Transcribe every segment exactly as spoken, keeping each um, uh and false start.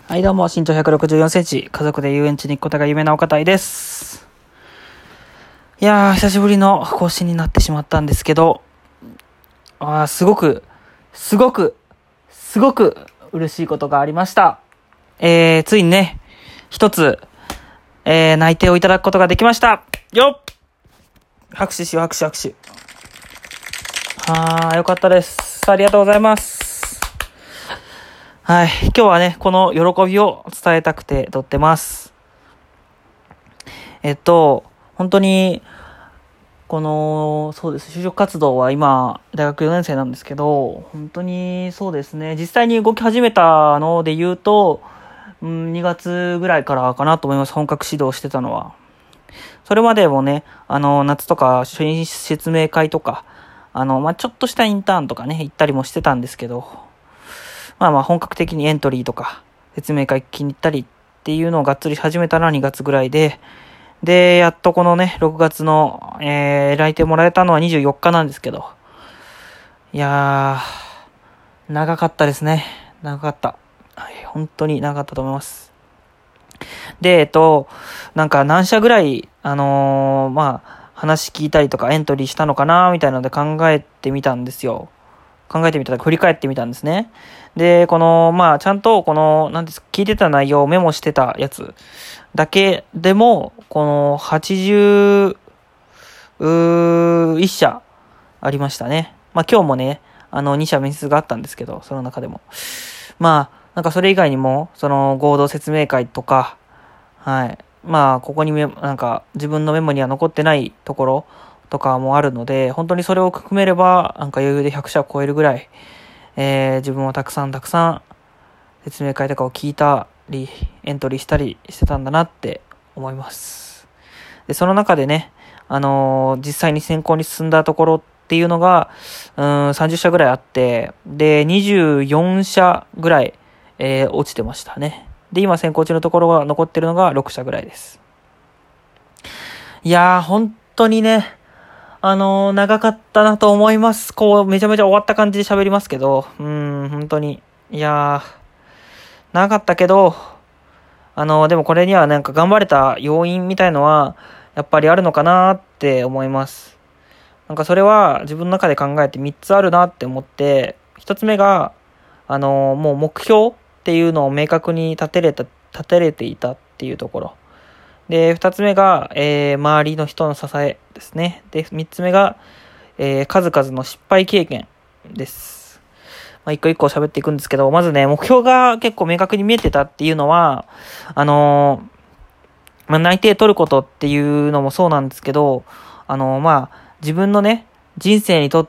はい、どうも、身長ひゃくろくじゅうよんセンチ、家族で遊園地に行くことが夢なお方いです。いやー、久しぶりの更新になってしまったんですけど、あー、すごく、すごく、すごく嬉しいことがありました。えー、ついにね、一つ、えー、内定をいただくことができました。よっ拍手しよう、拍手、拍手。あー、よかったです。ありがとうございます。はい。今日はね、この喜びを伝えたくて撮ってます。えっと、本当に、この、そうです。就職活動は今、大学よねん生なんですけど、本当にそうですね。実際に動き始めたので言うと、うん、にがつぐらいからかなと思います。本格指導してたのは。それまでもね、あの、夏とか、進出説明会とか、あの、まあ、ちょっとしたインターンとかね、行ったりもしてたんですけど、まあまあ本格的にエントリーとか説明会気に行ったりっていうのをがっつり始めたのはにがつぐらいで、で、やっとこのね、ろくがつの、えー、来店もらえたのはにじゅうよっかなんですけど、いやー、長かったですね。長かった。はい、本当に長かったと思います。で、えっと、なんか何社ぐらい、あのー、まあ、話聞いたりとかエントリーしたのかなみたいなので考えてみたんですよ。考えてみたら振り返ってみたんですね。で、この、まあ、ちゃんと、この、なんですか、聞いてた内容をメモしてたやつだけでも、この、はちじゅういっ社ありましたね。まあ、今日もね、あの、に社面接があったんですけど、その中でも。まあ、なんかそれ以外にも、その、合同説明会とか、はい。まあ、ここにめ、なんか、自分のメモには残ってないところとかもあるので、本当にそれを含めれば、なんか余裕でひゃく社を超えるぐらい、えー、自分はたくさんたくさん説明会とかを聞いたり、エントリーしたりしてたんだなって思います。で、その中でね、あのー、実際に選考に進んだところっていうのが、うーん、さんじゅっ社ぐらいあって、で、にじゅうよん社ぐらい、えー、落ちてましたね。で、今選考中のところが残ってるのがろく社ぐらいです。いやー、本当にね、あのー、長かったなと思います。こう、めちゃめちゃ終わった感じで喋りますけど、うーん、本当に。いやー、長かったけど、あのー、でもこれにはなんか頑張れた要因みたいのは、やっぱりあるのかなって思います。なんかそれは自分の中で考えてみっつあるなって思って、ひとつめが、あのー、もう目標っていうのを明確に立てれた、立てれていたっていうところ。で、二つ目が、えー、周りの人の支えですね。で、三つ目が、えー、数々の失敗経験です。まあ、一個一個喋っていくんですけど、まずね、目標が結構明確に見えてたっていうのは、あのー、まあ、内定取ることっていうのもそうなんですけど、あのー、まあ、自分のね、人生にとって、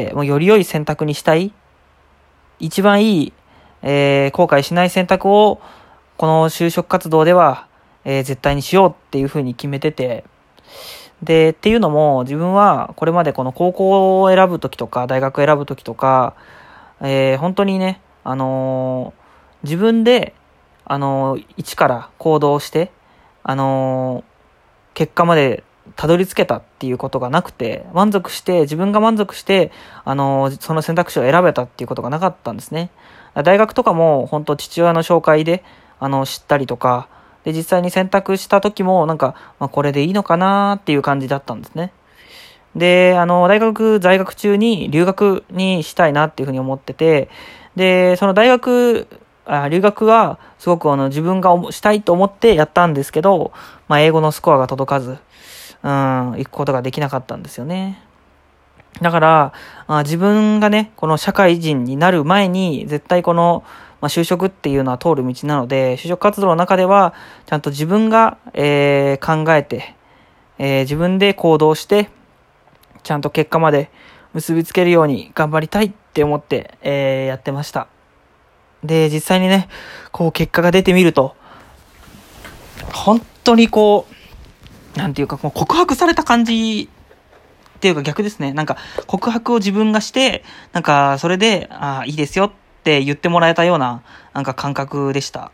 もうより良い選択にしたい、一番いい、えー、後悔しない選択を、この就職活動では、えー、絶対にしようっていう風に決めてて、で、っていうのも自分はこれまでこの高校を選ぶときとか大学を選ぶときとか、えー、本当にね、あのー、自分で、あのー、一から行動して、あのー、結果までたどり着けたっていうことがなくて、満足して、自分が満足して、あのー、その選択肢を選べたっていうことがなかったんですね。大学とかも本当父親の紹介で、あの、知ったりとか、で、実際に選択した時も、なんか、まあ、これでいいのかなっていう感じだったんですね。で、あの、大学在学中に留学にしたいなっていうふうに思ってて、で、その大学、あ留学は、すごくあの、自分がしたいと思ってやったんですけど、まあ、英語のスコアが届かず、うん、行くことができなかったんですよね。だから、あ自分がね、この社会人になる前に、絶対この、まあ、就職っていうのは通る道なので、就職活動の中では、ちゃんと自分が、えー、考えて、えー、自分で行動して、ちゃんと結果まで結びつけるように頑張りたいって思って、えー、やってました。で、実際にね、こう結果が出てみると、本当にこう、なんていうか、こう告白された感じっていうか逆ですね。なんか告白を自分がして、なんかそれで、ああ、いいですよって言ってもらえたような、なんか感覚でした。はい、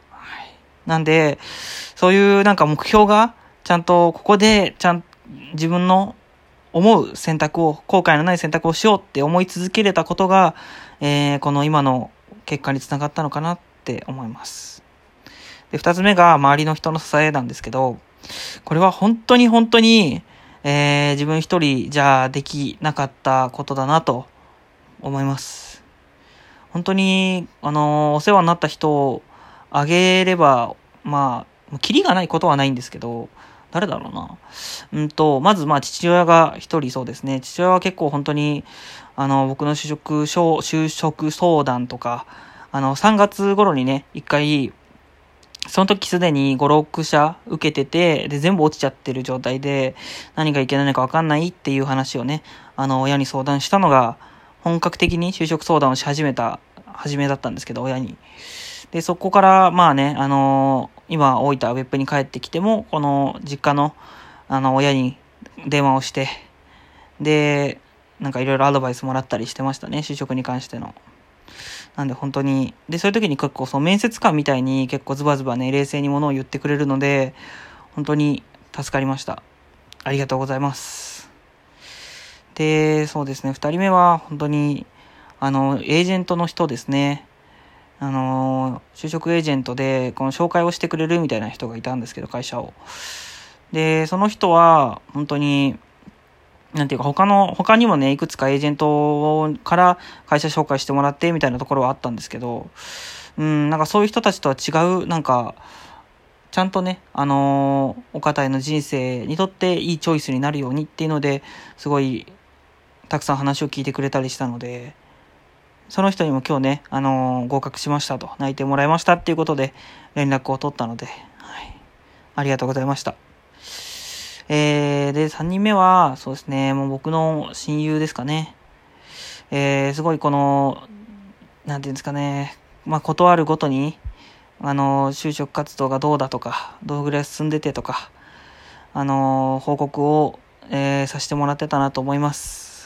なんで、そういうなんか目標が、ちゃんとここで、ちゃん、自分の思う選択を、後悔のない選択をしようって思い続けれたことが、えー、この今の結果につながったのかなって思います。 で、二つ目が周りの人の支えなんですけど、これは本当に本当に、えー、自分一人じゃできなかったことだなと思います。本当に、あのー、お世話になった人をあげれば、まあ、キリがないことはないんですけど、誰だろうな。うんと、まず、まあ、父親が一人そうですね。父親は結構本当に、あの、僕の就職、就職相談とか、あの、さんがつ頃にね、一回、その時すでにご、ろくしゃ受けてて、で、全部落ちちゃってる状態で、何がいけないのか分かんないっていう話をね、あの、親に相談したのが、本格的に就職相談をし始めた、初めだったんですけど、親に。で、そこから、まあね、あのー、今、大分、別府に帰ってきても、この、実家の、あの、親に電話をして、で、なんかいろいろアドバイスもらったりしてましたね、就職に関しての。なんで本当に、で、そういう時に結構、その面接官みたいに結構ズバズバね、冷静にものを言ってくれるので、本当に助かりました。ありがとうございます。で、そうですね、二人目は、本当に、あの、エージェントの人ですね。あのー、就職エージェントで、この紹介をしてくれるみたいな人がいたんですけど、会社を。で、その人は、本当に、なんていうか、他の、他にもね、いくつかエージェントから会社紹介してもらって、みたいなところはあったんですけど、うん、なんかそういう人たちとは違う、なんか、ちゃんとね、あのー、お方への人生にとっていいチョイスになるようにっていうので、すごい、たくさん話を聞いてくれたりしたので、その人にも今日ね、あのー、合格しましたと、内定もらいましたっていうことで連絡を取ったので、はい、ありがとうございました。えー、で、さんにんめは、そうですね、もう僕の親友ですかね。えー、すごいこの、なんていうんですかね、まあ、断るごとに、あのー、就職活動がどうだとか、どのぐらい進んでてとか、あのー、報告を、えー、させてもらってたなと思います。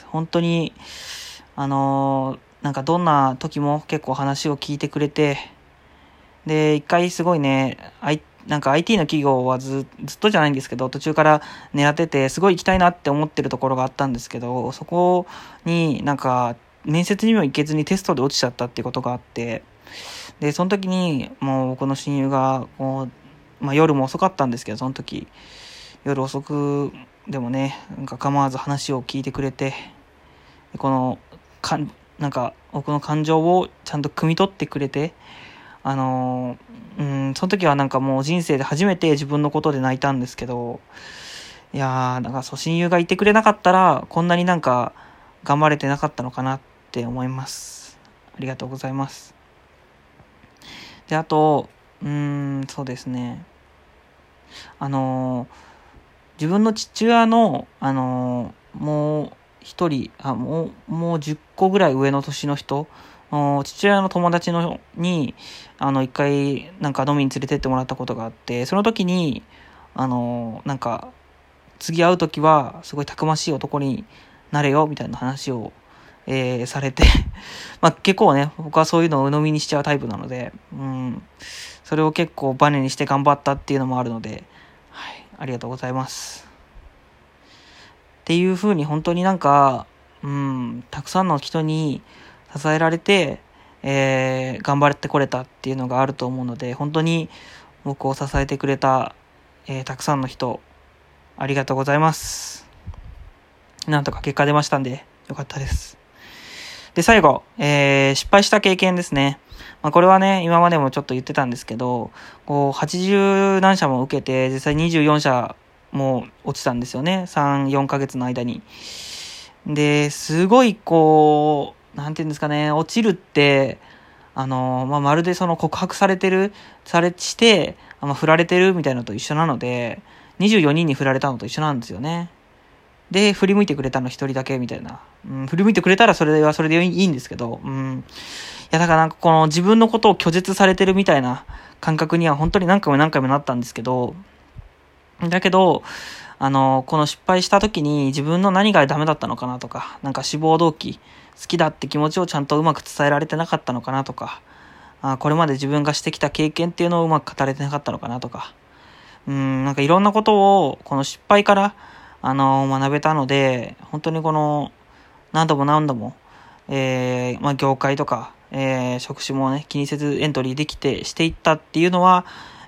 本当に、あのー、なんかどんな時も結構話を聞いてくれて、で、一回すごいね、I、なんか アイティー の企業はず、ずっとじゃないんですけど、途中から狙ってて、すごい行きたいなって思ってるところがあったんですけど、そこになんか、面接にも行けずにテストで落ちちゃったっていうことがあって、で、その時に、もう僕の親友が、こう、まあ夜も遅かったんですけど、その時、夜遅くでもね、なんか構わず話を聞いてくれて、この、かん、なんか僕の感情をちゃんと汲み取ってくれて、あのー、うん、その時はなんかもう人生で初めて自分のことで泣いたんですけど、いやー、なんかそう親友がいてくれなかったら、こんなになんか頑張れてなかったのかなって思います。ありがとうございます。で、あと、うーん、そうですね。あのー、自分の父親の、あのー、もう、一人、あ、もう、もうじゅっこぐらい上の年の人、父親の友達のに、あの、一回、なんか飲みに連れてってもらったことがあって、その時に、あの、なんか、次会う時は、すごいたくましい男になれよ、みたいな話を、えー、されて、まあ結構ね、僕はそういうのを鵜呑みにしちゃうタイプなので、うん、それを結構バネにして頑張ったっていうのもあるので、はい、ありがとうございます。っていう風に本当になんか、うん、たくさんの人に支えられて、えー、頑張ってこれたっていうのがあると思うので、本当に僕を支えてくれた、えー、たくさんの人、ありがとうございます。なんとか結果出ましたんで、よかったです。で、最後、えー、失敗した経験ですね。まあ、これはね、今までもちょっと言ってたんですけど、こう、はちじゅうなんしゃも受けて、実際にじゅうよんしゃも落ちたんですよね。さん、よんかげつの間に。で、すごいこう、なんていうんですかね、落ちるって、あの、まあ、まるでその告白されてる、されして、まあ、振られてるみたいなのと一緒なので、にじゅうよにんに振られたのと一緒なんですよね。で、振り向いてくれたの一人だけみたいな。うん、振り向いてくれたらそれはそれでいいんですけど、うん。いや、だからなんかこの自分のことを拒絶されてるみたいな感覚には本当に何回も何回もなったんですけど、だけど、あの、この失敗した時に自分の何がダメだったのかなとか、なんか志望動機、好きだって気持ちをちゃんとうまく伝えられてなかったのかなとか、あこれまで自分がしてきた経験っていうのをうまく語れてなかったのかなとか、うん、なんかいろんなことをこの失敗から、あの、学べたので、本当にこの、何度も何度も、えー、まあ、業界とか、えー、職種もね、気にせずエントリーできて、していったっていうのは、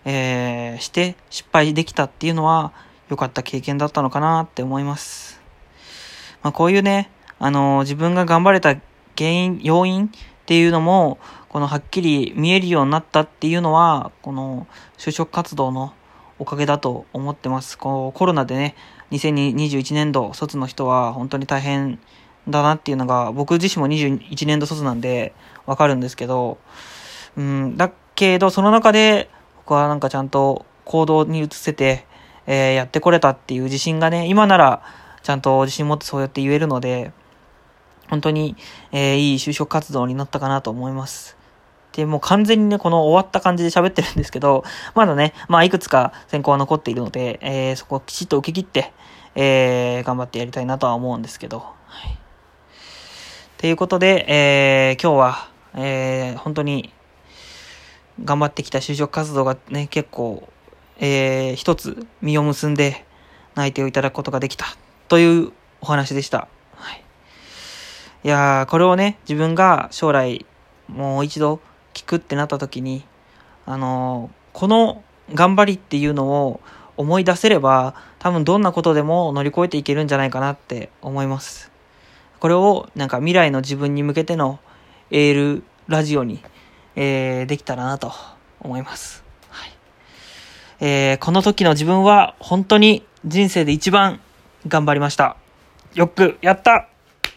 えー、して失敗できたっていうのは良かった経験だったのかなって思います。まあ、こういうね、あのー、自分が頑張れた原因、要因っていうのも、このはっきり見えるようになったっていうのは、この就職活動のおかげだと思ってます。こうコロナでね、にせんにじゅういちねんど卒の人は本当に大変だなっていうのが、僕自身もにじゅういちねんど卒なんでわかるんですけど、うん、だけどその中で僕はなんかちゃんと行動に移せて、えー、やってこれたっていう自信がね、今ならちゃんと自信持ってそうやって言えるので、本当に、えー、いい就職活動になったかなと思います。で、もう完全にね、この終わった感じで喋ってるんですけど、まだね、まあいくつか選考は残っているので、えー、そこをきちっと受け切って、えー、頑張ってやりたいなとは思うんですけど。はい。ということで、えー、今日は、えー、本当に頑張ってきた就職活動がね、結構、えー、一つ実を結んで内定をいただくことができたというお話でした。はい。いやー、これをね、自分が将来もう一度聞くってなった時に、あのー、この頑張りっていうのを思い出せれば、多分どんなことでも乗り越えていけるんじゃないかなって思います。これをなんか未来の自分に向けてのエールラジオに、えー、できたらなと思います。はい。えー、この時の自分は本当に人生で一番頑張りました。よくやった。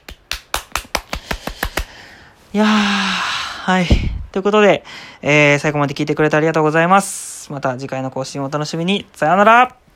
いやー、はい。ということで、えー、最後まで聞いてくれてありがとうございます。また次回の更新をお楽しみに。さようなら。